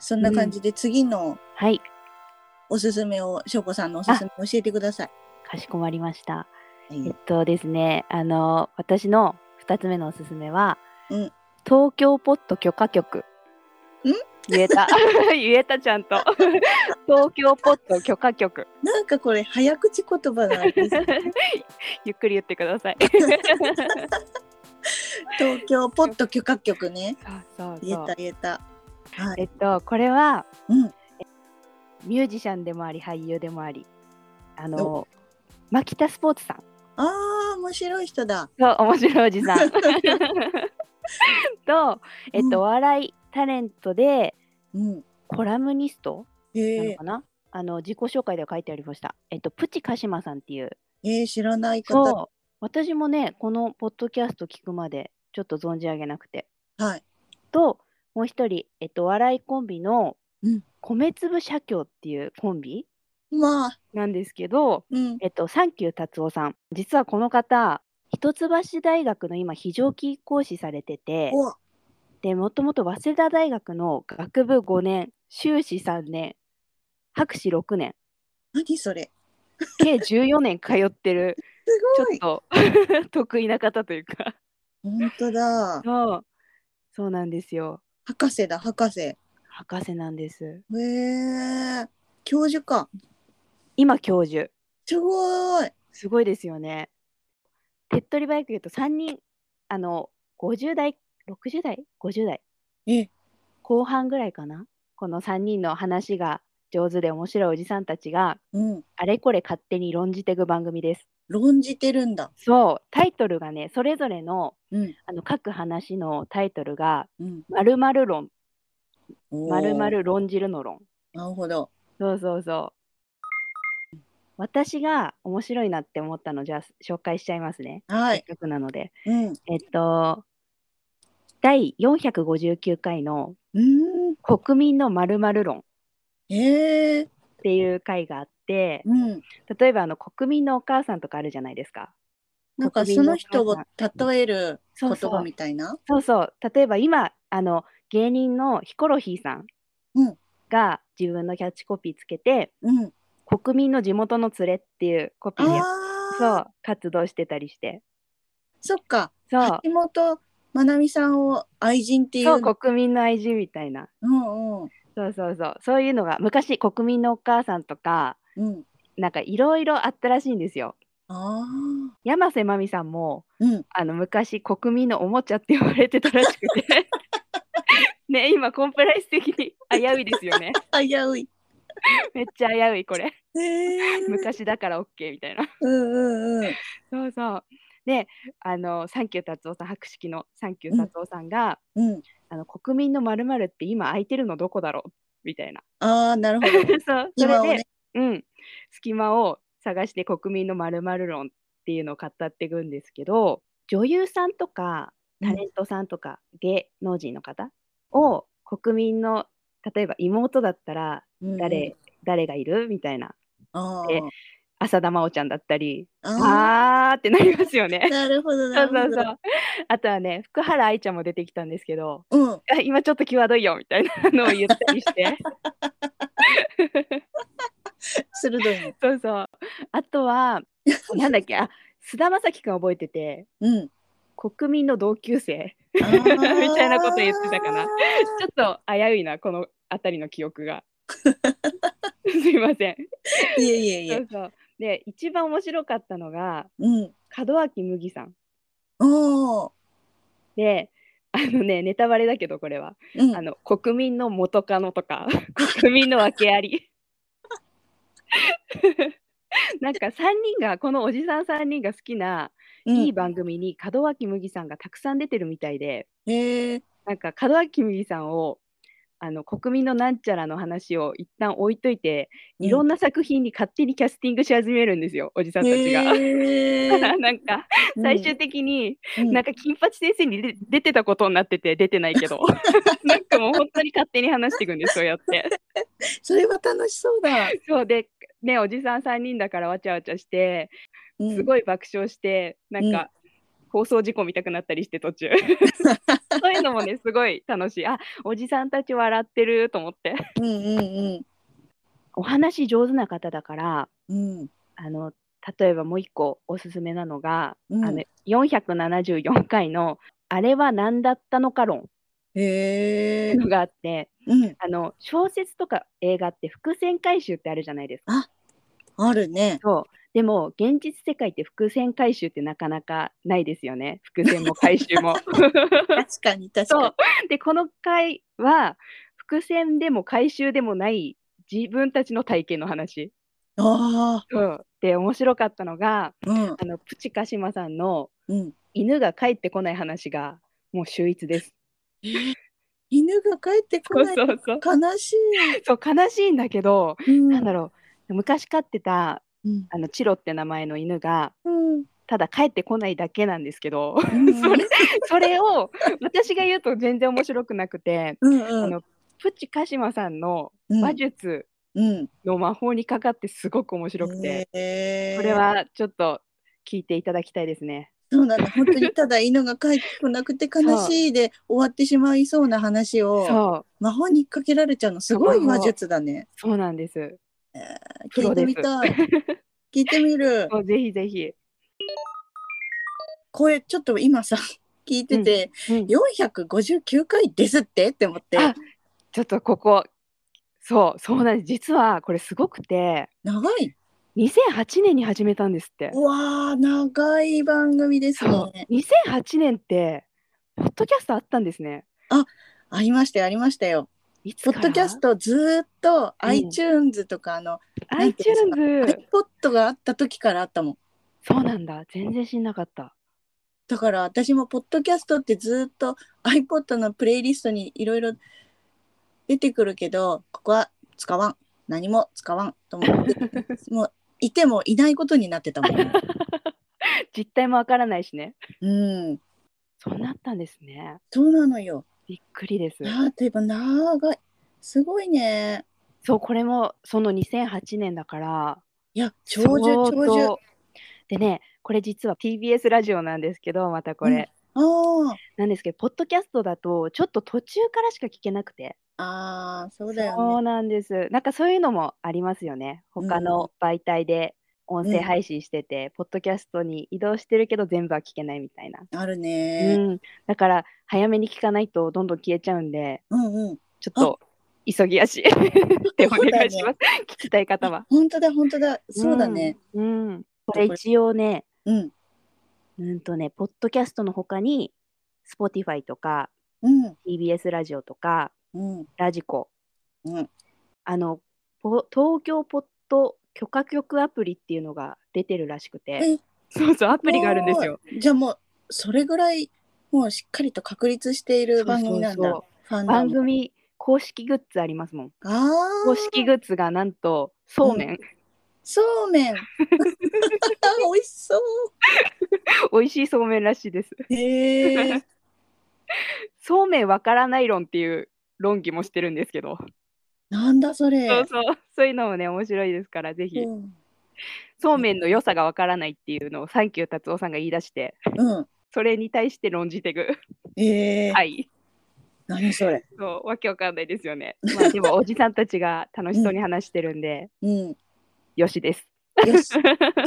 そんな感じで次のはい、 おすすめを、しょうこさんのおすすめ教えてください。 かしこまりました。 はい。 ですね、私の2つ目のおすすめは、 うん。 東京ポット許可局。言えた。言えた、ちゃんと。東京ポット許可局。 なんかこれ早口言葉なんです。 ゆっくり言ってください。 東京ポット許可局ね。 そう言えた言えた。はい。 これは、 うん。 ミュージシャンでもあり俳優でもあり、牧田スポーツさん。 ああ、面白い人だ。 そう、面白いおじさん。と、 うんお笑いタレントで、 うん。 コラムニストなのえーかな、自己紹介では書いてありました。プチカシマさんっていう。 知らない方。 そう、私もね、このポッドキャスト聞くまで、ちょっと存じ上げなくて。 はい。 と、もう一人、お笑いコンビの、 うん。 米粒社協っていうコンビまあ。 なんですけど、 うん。 サンキュー達夫さん。実はこの方、一橋大学の今、非常勤講師されてて、 お。 で、もともと早稲田大学の学部5年、修士3年、博士6年、 何それ。 計14年通ってる、 すごい。 ちょっと得意な方というか本当だ。 そうなんですよ。 博士だ、博士。へ博士なんです。 え。教授か。 今、教授。 すごい。 すごいですよね。手っ取り早く言うと3人、50代、60代、50代、 え、 後半ぐらいかな。この3人の話が上手で面白いおじさんたちが、 うん。 あれこれ勝手に論じていく番組です。 論じてるんだ。 そう、タイトルがね、それぞれの、 うん。 各話のタイトルが、 うん。 〇〇論、〇 おお。 〇論じるの論。 なるほど。 そうそうそう。私が面白いなって思ったの、じゃあ紹介しちゃいますね。 はい。 せっかくなので。 うん。 第459回のうーん。 国民の〇〇論っええ。 ていう回があって、 うん。 例えば国民のお母さんとかあるじゃないですか。 なんかそ国民のの人をお母さん。 例える言葉そうそう。 みたいな。 そうそう。例えば今、芸人のヒコロヒーさんうん。 が自分のキャッチコピーつけて、 うん。 国民の地元の連れっていうコピーで、そああ、 う、活動してたりして。 そっか。 そう、 橋本まなみさんを愛人っていそう、 うの。 国民の愛人みたいな。 うんうん。 そうそうそう。そういうのが、昔、国民のお母さんとか、 うん。 なんかいろいろあったらしいんですよ。 ああ。 山瀬まみさんも、 うん。 昔、国民のおもちゃって言われてたらしくて。ね、今、コンプライアンス的に危ういですよね。 危うい。 めっちゃ危うい、これ。 へえ。 昔だから OK みたいな。 うんうんうん。 そうそう。で、サンキュー達夫さん、博識のサンキューうん達夫さんが、 うん。 国民の〇〇って今空いてるのどこだろうみたいな。 ああ、なるほど。 そう、それで、 今をね。 うん、隙間を探して国民の〇〇論っていうのを語っていくんですけど、女優さんとかうん。 タレントさんとか芸能人の方を国民の、例えば妹だったらうんうん。 誰がいるみたいな。で、 あ浅田真央ちゃんだったり、 あ。ああ。 あーってなりますよね。 なるほどそなるほど。 うそうそう。あとはね、福原愛ちゃんも出てきたんですけど、 うん。 あ、今ちょっと際どいよみたいなのを言ったりして。 鋭いね。 そうそう。あとは、なんだっけ、菅田将暉くん覚えてて、 うん。 国民の同級生あみたいなこと言ってたかな。ちょっあ。 と危ういな、このあたりの記憶が。すいません。 いえいえいえ。 そうそう。で、一番面白かったのが、 うん。 門脇麦さん。 おー。 で、ネタバレだけどこれは。 うん。 国民の元カノとか、国民の訳あり。なんか3人が、このおじさん3人が好きなうん。 いい番組に門脇麦さんがたくさん出てるみたいで、 へえ。 なんか門脇麦さんを国民のなんちゃらの話を一旦置いといて、 うん。 いろんな作品に勝手にキャスティングし始めるんですよ、おじさんたちが。 へえ。 なんかうん。 最終的にうん。 なんか金八先生に出てたことになってて、出てないけどなんかもう本当に勝手に話していくんです、そうやって。 それは楽しそうだ。 そうで、おじさん3人だからわちゃわちゃして、 うん。 すごい爆笑して、なんうん。 か放送事故見たくなったりして途中そういうのもねすごい楽しい。あ、おじさんたち笑ってると思ってうんうんお話上手な方だからうん例えばもう一個おすすめなのが、 うん 474回のあれは何だったのか論っへえていうのがあって、 うん小説とか映画って伏線回収ってあるじゃないですか。 ああるね。 そう。でも現実世界って伏線回収ってなかなかないですよね。伏線も回収も。 確かに確そうかでこの回は伏線でも回収でもない自分たちの体験の話。 に。ああそうで面白かったのがうんプチカシマさんのうん犬が帰ってこない話がもう秀逸です。 犬が帰ってこないそうそうそう悲しい。 そう悲しいんだけど、 うんなんだろう昔飼ってたうんチロって名前の犬がうんただ帰ってこないだけなんですけどうんそれを私が言うと全然面白くなくてうんプチカシマさんの話術うんの魔法にかかってすごく面白くて、 へこれはちょっと聞いていただきたいですね。 そうなんだ。本当にただ犬が帰ってこなくて悲しいで終わってしまいそうな話をそう魔法にかけられちゃうのすごい話術だね。 そうなんです。プ聞いてロです。 みたい。聞いてみる。 もうぜひぜひ。 これちょっと今さ聞いてて、459回ですって思って。 あ、ちょっとここそうなんです。実はこれすごくて長い。 2008年に始めたんですって。 うわー長い番組ですそうね。 2008年ってポッドキャストあったんですね。 ありましたよありましたよ。 いつポッからドキャストずっと iTunes とかなんていうんですか iTunes iPod があった時からあったもん。 そうなんだ。全然知んなかった。 だから私もポッドキャストってずっと iPod のプレイリストにいろいろ出てくるけどここは使わん何も使わんと思ってもういてもいないことになってたもん。 実態もわからないしね。 うんそうなったんですね。 そうなのよ。 びっくりです。 例えば長いすごいね。 そうこれもその2008年だからいや長寿長寿でねこれ実は TBS ラジオなんですけどまたこれ、なんですけどポッドキャストだとちょっと途中からしか聞けなくてそうだよね。 そうなんです。なんかそういうのもありますよね。他の媒体で音声配信してて、ポッドキャストに移動してるけど全部は聞けないみたいな。 あるね。 だから早めに聞かないとどんどん消えちゃうんで、ちょっあと急ぎ足ってお願いします。聞きたい方は。 本当だ本当だそうだね。 これ一応ね、 ポッドキャストの他に Spotify とか、TBS ラジオとか、ラジコ、東京ポッド許可局アプリっていうのが出てるらしくて、そうアプリがあるんですよ。 じゃあもうそれぐらいもうしっかりと確立している番組なんだ。 番組公式グッズありますもん。公式グッズがなんとそうめん。 そうめん。美味しそう。 美味しいそうめんらしいです。そうめんわからない論っていう論議もしてるんですけど。 なんだそれ。 そういうのもね面白いですからぜひ。そうめんの良さがわからないっていうのをサンキュー達夫さんが言い出して、それに対して論じていく。はい。 何それ。 そうわけわかんないですよね。まあでもおじさんたちが楽しそうに話してるんで、よしです。 よし。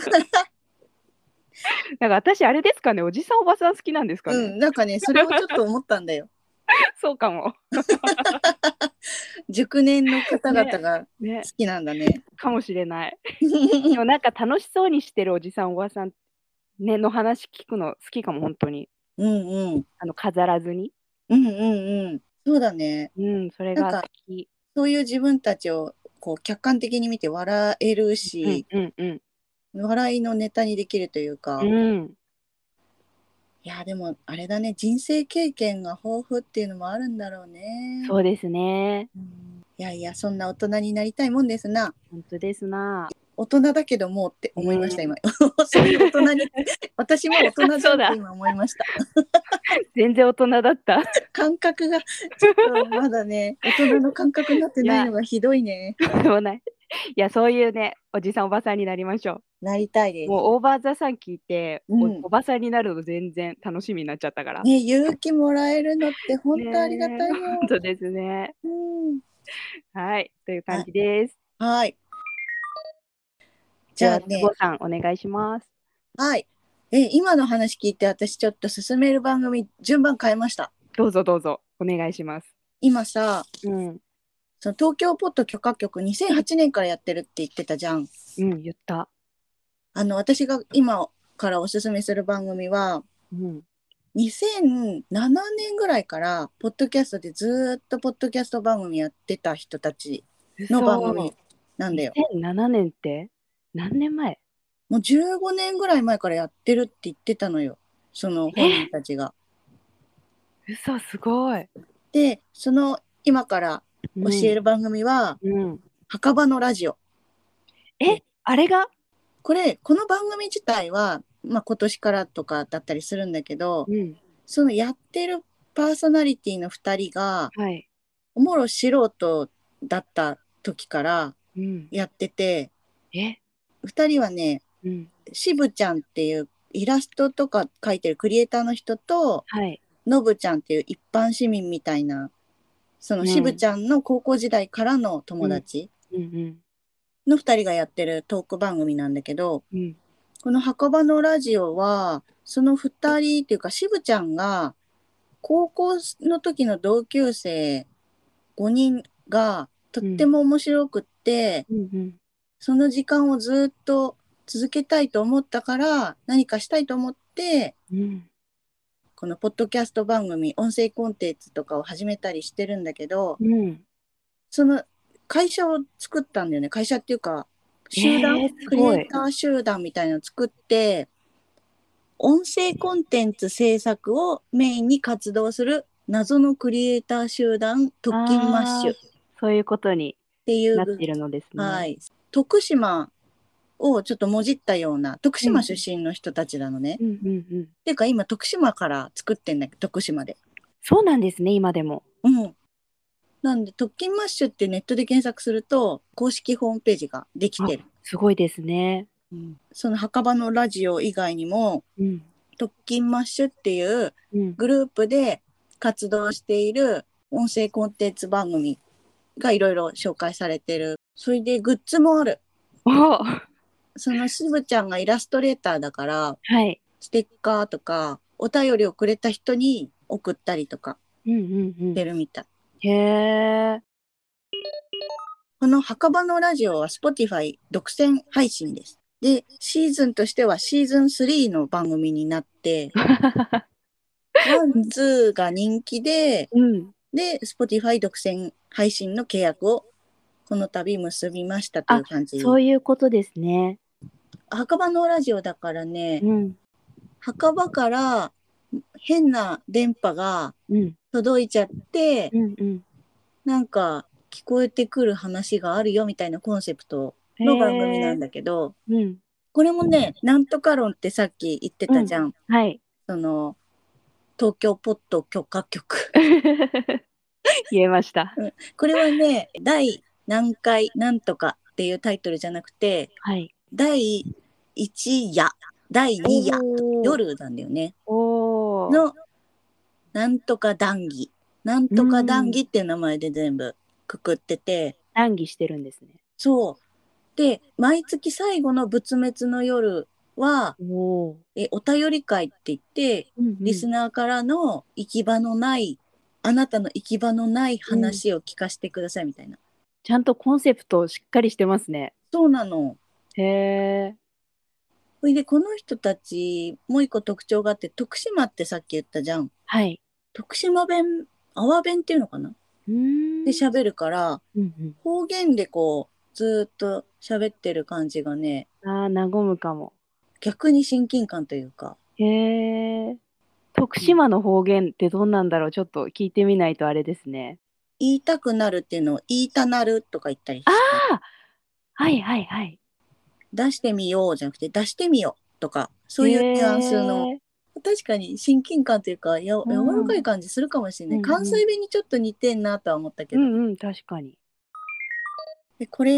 なんか私あれですかね、おじさんおばさん好きなんですかね。 なんかねそれをちょっと思ったんだよ。 そうかも。 熟年の方々が好きなんだね。 かもしれない。でもなんか楽しそうにしてるおじさんおばさんねの話聞くの好きかも本当に。飾らずに。そうだね。それが好き。そういう自分たちをこう客観的に見て笑えるし、笑いのネタにできるというか。いやでもあれだね人生経験が豊富っていうのもあるんだろうね。そうですね。いやいやそんな大人になりたいもんですな。本当ですな。大人だけどもうって思いました今。そういう大人に私も大人だって今思いました。全然大人だった。感覚がちょっとまだね大人の感覚になってないのがひどいね。そうない。いやそういうねおじさんおばさんになりましょう。 なりたいです。 もうオーバーザさん聞いて、おばさんになるの全然楽しみになっちゃったから。 ね、勇気もらえるのって本当ありがたいよ。 本当ですね。はい、という感じです。 はい。 じゃあ、つぼさんお願いします。 はい。今の話聞いて私ちょっと進める番組順番変えました。 どうぞどうぞお願いします。 今さ、その東京ポッド許可局2008年からやってるって言ってたじゃん。 言った。 私が今からおすすめする番組は、2007年ぐらいからポッドキャストでずっとポッドキャスト番組やってた人たちの番組なんだよ。 2007年って何年前？ もう15年ぐらい前からやってるって言ってたのよ、その本人たちが。 嘘、すごい。 で、その今から教える番組は、墓場のラジオ。 あれが？ この番組自体は、今年からとかだったりするんだけど、そのやってるパーソナリティの2人が、おもろ素人だった時からやってて、2人はね、しぶちゃんっていうイラストとか描いてるクリエイターの人と、のぶちゃんっていう一般市民みたいな、そのしぶちゃんの高校時代からの友達の2人がやってるトーク番組なんだけど、この墓場のラジオはその2人っていうかしぶちゃんが高校の時の同級生5人がとっても面白くって、その時間をずっと続けたいと思ったから何かしたいと思って、このポッドキャスト番組音声コンテンツとかを始めたりしてるんだけど、その会社を作ったんだよね。会社っていうか集団、クリエイター集団みたいなのを作って、音声コンテンツ制作をメインに活動する謎のクリエイター集団特勤マッシュ。 そういうことになっているのですね。 はい。徳島をちょっともじったような、徳島出身の人たちなのね。っていうか今徳島から作ってんだけど、徳島で。 そうなんですね、今でも。 なんで特勤マッシュってネットで検索すると公式ホームページができてる。 すごいですね。 その墓場のラジオ以外にも、特勤マッシュっていうグループで活動している音声コンテンツ番組がいろいろ紹介されてる。それでグッズもある。そのしぶちゃんがイラストレーターだから、ステッカーとかお便りをくれた人に送ったりとかしてるみたい。この墓場のラジオは Spotify 独占配信です。で、シーズンとしてはシーズン3の番組になって、1、2が人気で、で、Spotify 独占配信の契約をこの度結びましたという感じ。 そういうことですね。 墓場のラジオだからね、墓場から変な電波が届いちゃって、なんか聞こえてくる話があるよみたいなコンセプトの番組なんだけど、これもね、なんとか論ってさっき言ってたじゃん。その東京ポッド許可局。 言えました。 これはね、第何回なんとかっていうタイトルじゃなくて、第1夜、第2夜、夜なんだよね。のなんとか談義。なんとか談義っていう名前で全部くくってて。 談義してるんですね。 そう。で、毎月最後の仏滅の夜は、お便り会って言って、リスナーからの行き場のない、あなたの行き場のない話を聞かせてくださいみたいな。 ちゃんとコンセプトしっかりしてますね。 そうなの。 へえ。 それでこの人たちもう一個特徴があって、徳島ってさっき言ったじゃん。徳島弁、阿波弁っていうのかなで喋るから、方言でこうずっと喋ってる感じがね、 和むかも。 逆に親近感というか。 へえ。徳島の方言ってどんなんだろう、ちょっと聞いてみないとあれですね。 言いたくなるっていうのを言いたなるとか言ったりして。 はいはいはい。 出してみようじゃなくて出してみようとか、そういうニュアンスの、確かに親近感というか柔らかい感じするかもしれない。関西弁にちょっと似てんなとは思ったけど。 確かに。 でこれ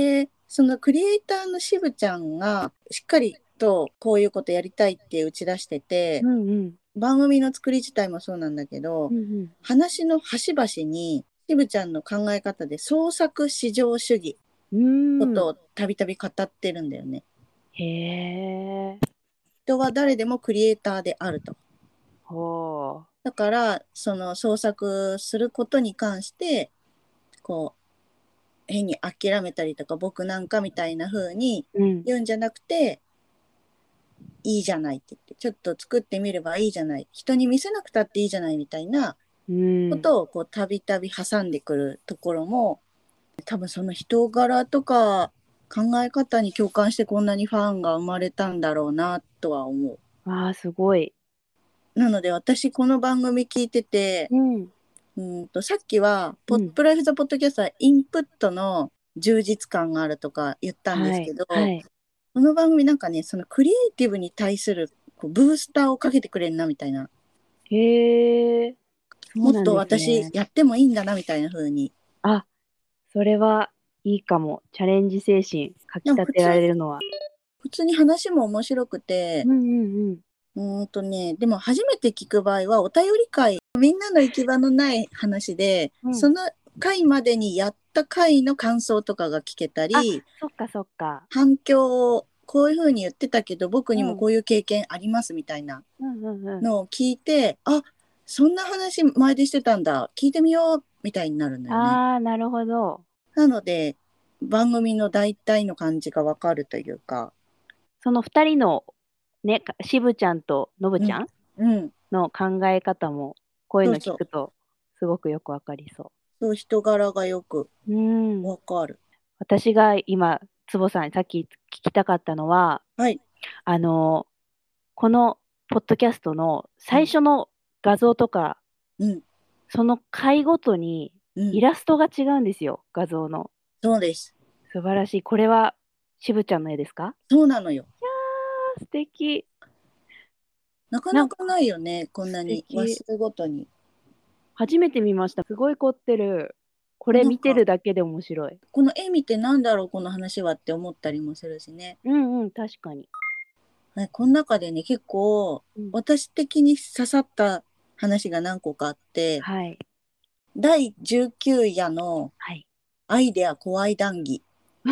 そのクリエイターのしぶちゃんがしっかりとこういうことやりたいって打ち出してて、番組の作り自体もそうなんだけど、話の端々にしぶちゃんの考え方で創作至上主義ことをたびたび語ってるんだよね。 へー。 人は誰でもクリエイターであると。だからその創作することに関してこう変に諦めたりとか僕なんかみたいな風に言うんじゃなくて、いいじゃないって言ってちょっと作ってみればいいじゃない、人に見せなくたっていいじゃないみたいなことをこうたびたび挟んでくるところも、多分その人柄とか考え方に共感してこんなにファンが生まれたんだろうなとは思う。 すごい。 なので私この番組聞いてて、さっきはポップライフ・ザ・ポッドキャストはインプットの充実感があるとか言ったんですけど、この番組なんかね、そのクリエイティブに対するこうブースターをかけてくれるなみたいな。 へー。 もっと私やってもいいんだなみたいな風に。 それはいいかも。チャレンジ精神かきたてられるのは。 普通に話も面白くて、でも初めて聞く場合はお便り会、みんなの行き場のない話で、その回までにやった回の感想とかが聞けたり、 そっか。 反響をこういう風に言ってたけど僕にもこういう経験ありますみたいなのを聞いて、そんな話前でしてたんだ、聞いてみようみたいになるんだよね。 なるほど。 なので番組の大体の感じがわかるというか、 その2人のね、しぶちゃんとのぶちゃんの考え方もこういうの聞くとすごくよくわかりそう。 そう、人柄がよくわかる。 私が今つぼさんにさっき聞きたかったのは、このポッドキャストの最初の画像とか、その回ごとにイラストが違うんですよ、画像の。 そうです。 素晴らしい。これはしぶちゃんの絵ですか？ そうなのよ。 いやー、素敵。 なかなかないよね、こんなに話数ごとに。 初めて見ました。すごい凝ってる。これ見てるだけで面白い。 この絵見てなんだろうこの話はって思ったりもするしね。 確かに。 この中でね、結構、私的に刺さった話が何個かあって、第19夜のアイデア怖い談義。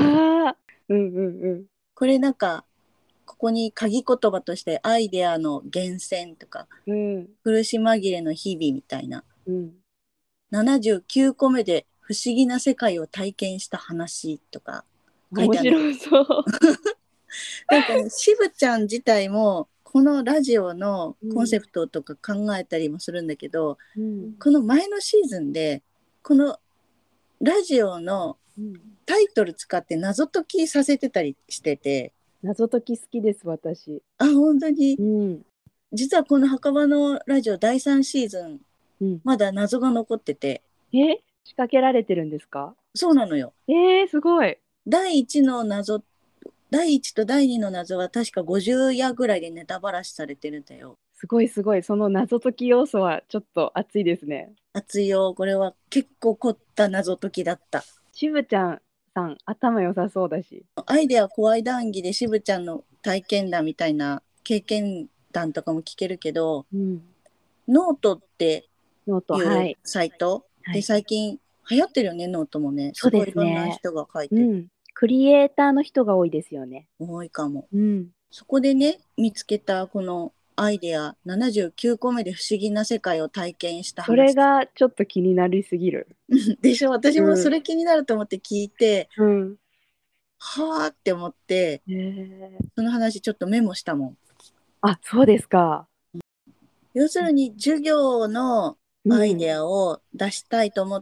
これなんかここに鍵言葉としてアイデアの源泉とか、苦し紛れの日々みたいな、79個目で不思議な世界を体験した話とか書いてある。 面白そう。 なんかね、しぶちゃん自体もこのラジオのコンセプトとか考えたりもするんだけど、この前のシーズンでこのラジオのタイトル使って謎解きさせてたりしてて。 謎解き好きです、私。 本当に、実はこの墓場のラジオ第3シーズン、まだ謎が残ってて。 仕掛けられてるんですか？ そうなのよ。 すごい。 第1と第2の謎は確か50夜ぐらいでネタばらしされてるんだよ。 すごい。その謎解き要素はちょっと熱いですね。 熱いよ。これは結構凝った謎解きだった。 しぶちゃんさん頭良さそうだし。 アイデア怖い談義でしぶちゃんの体験談みたいな経験談とかも聞けるけど、ノートっていうサイトで最近流行ってるよね、ノートもね。 そうですね。 すごいいろんな人が書いてる。 クリエイターの人が多いですよね。 多いかも。そこでね、見つけたこのアイデア79個目で不思議な世界を体験した話。 それがちょっと気になりすぎる。 でしょ、私もそれ気になると思って聞いて、はあって思って、その話ちょっとメモしたもん。 そうですか。 要するに授業のアイデアを出したいと思って、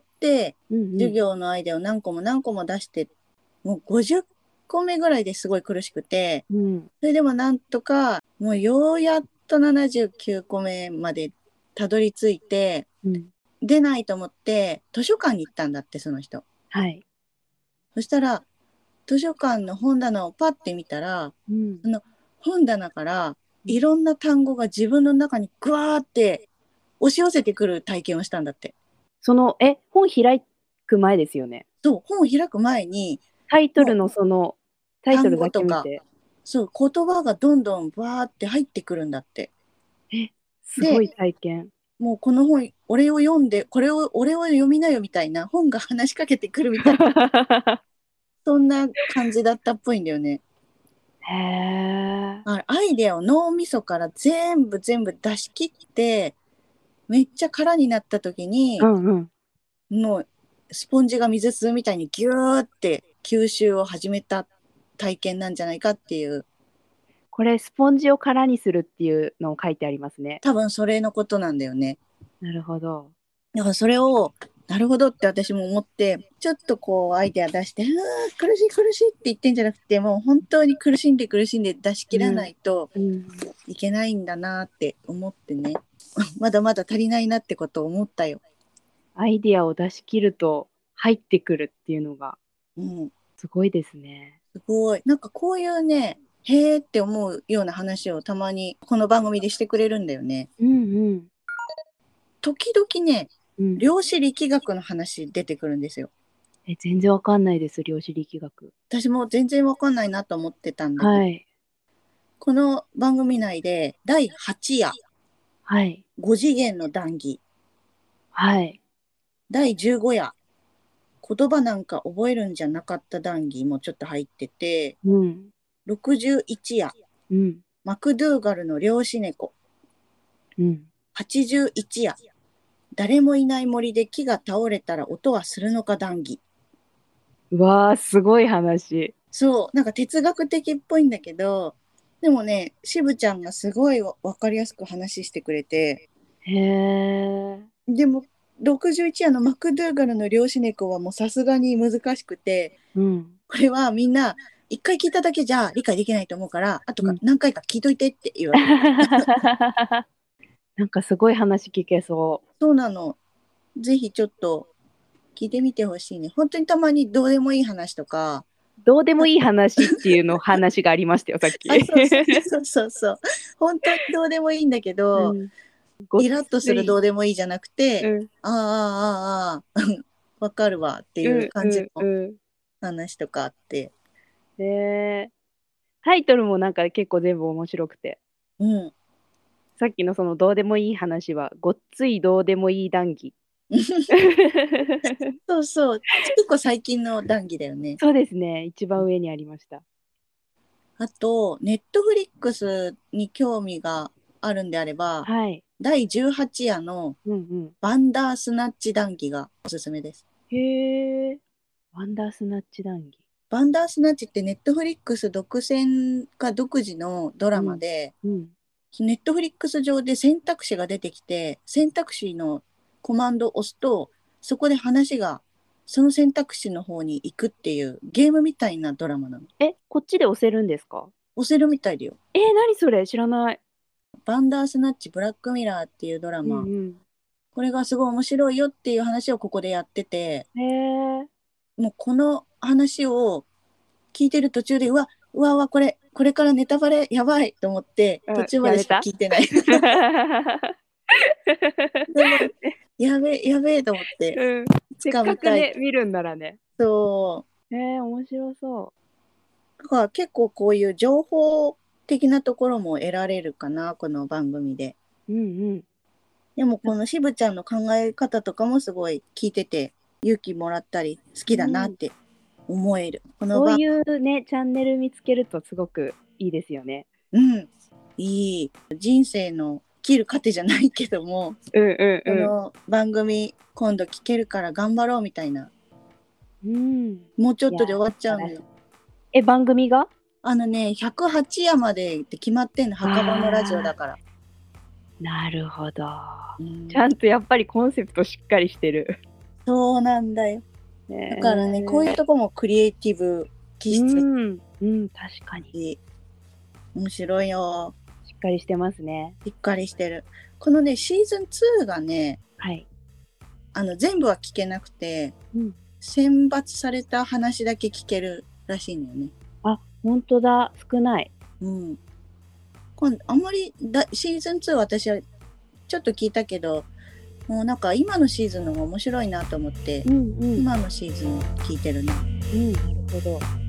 授業のアイデアを何個も何個も出して、もう50個目ぐらいですごい苦しくて、それでもなんとかもうようやっと79個目までたどり着いて、出ないと思って図書館に行ったんだって、その人。そしたら図書館の本棚をパッて見たら、その本棚からいろんな単語が自分の中にグワーって押し寄せてくる体験をしたんだって。 本開く前ですよね。 そう、本を開く前にタイトルのタイトルだけ見単語とて。 そう、言葉がどんどんバーって入ってくるんだって。 すごい体験。 もうこの本、俺を読んで、俺を読みなよみたいな本が話しかけてくるみたいな、そんな感じだったっぽいんだよね。 へー。 アイデアを脳みそから全部出し切って、めっちゃ空になった時に、もうスポンジが水吸うみたいにギューって吸収を始めた体験なんじゃないかっていう。 これスポンジを空にするっていうのを書いてありますね。 多分それのことなんだよね。 なるほど。 だからそれをなるほどって私も思って、ちょっとこうアイデア出して、苦しいって言ってんじゃなくて、もう本当に苦しんで出し切らないといけないんだなって思ってね、まだまだ足りないなってことを思ったよ。 アイディアを出し切ると入ってくるっていうのが、すごいですね。 すごい。なんかこういうね、へーって思うような話をたまにこの番組でしてくれるんだよね。時々ね、量子力学の話出てくるんですよ。 全然わかんないです、量子力学。 私も全然わかんないなと思ってたんだけど、この番組内で第8夜、5次元の談義、第15夜、言葉なんか覚えるんじゃなかった談義もちょっと入ってて、61夜、マクドゥーガルの量子猫、81夜、誰もいない森で木が倒れたら音はするのか談義。 うわー、すごい話。 そう、なんか哲学的っぽいんだけど、でもね、渋ちゃんがすごい分かりやすく話してくれて、でも61夜のマクドゥーガルの量子猫はもうさすがに難しくて、これはみんな一回聞いただけじゃ理解できないと思うから、あと何回か聞いといてって言われて。 なんかすごい話聞けそう。 そうなの。ぜひちょっと聞いてみてほしいね。本当にたまにどうでもいい話とか。 どうでもいい話っていうの話がありましたよ、さっき。 そう。本当にどうでもいいんだけど、イラッとするどうでもいいじゃなくて、わかるわっていう感じの話とかあって。 タイトルもなんか結構全部面白くて。さっきのそのどうでもいい話は、ごっついどうでもいい談義。 そう。結構最近の談義だよね。 そうですね。一番上にありました。 あと、ネットフリックスに興味があるんであれば、第18夜のバンダースナッチ談義がおすすめです。 へー。バンダースナッチ談義。 バンダースナッチってネットフリックス独占か独自のドラマで、ネットフリックス上で選択肢が出てきて、選択肢のコマンドを押すと、そこで話がその選択肢の方に行くっていうゲームみたいなドラマなの。 こっちで押せるんですか？ 押せるみたいだよ。 何それ？知らない。 バンダースナッチブラックミラーっていうドラマ、これがすごい面白いよっていう話をここでやってて、もうこの話を聞いてる途中でうわこれからネタバレやばいと思って途中までしか聞いてない。でもやべえと思って、 せっかくね見るんならね。 そう。 面白そう。 だから結構こういう情報的なところも得られるかな、この番組で。でもこの渋ちゃんの考え方とかもすごい聞いてて勇気もらったり好きだなって思える。 そういうねチャンネル見つけるとすごくいいですよね。 いい。人生の生きる糧じゃないけども、この番組今度聞けるから頑張ろうみたいな。もうちょっとで終わっちゃうのよ。 番組が 108夜までって決まってんの、墓場のラジオだから。 なるほど、ちゃんとやっぱりコンセプトしっかりしてる。 そうなんだよ。だからね、こういうとこもクリエイティブ気質。 確かに。 面白いよ。 しっかりしてますね。 しっかりしてる。このね、シーズン2がね、全部は聞けなくて、選抜された話だけ聞けるらしいのよね。 本当だ、少ない。 あんまりシーズン2私はちょっと聞いたけど、もうなんか今のシーズンの方が面白いなと思って、今のシーズン聞いてるな。 ほど。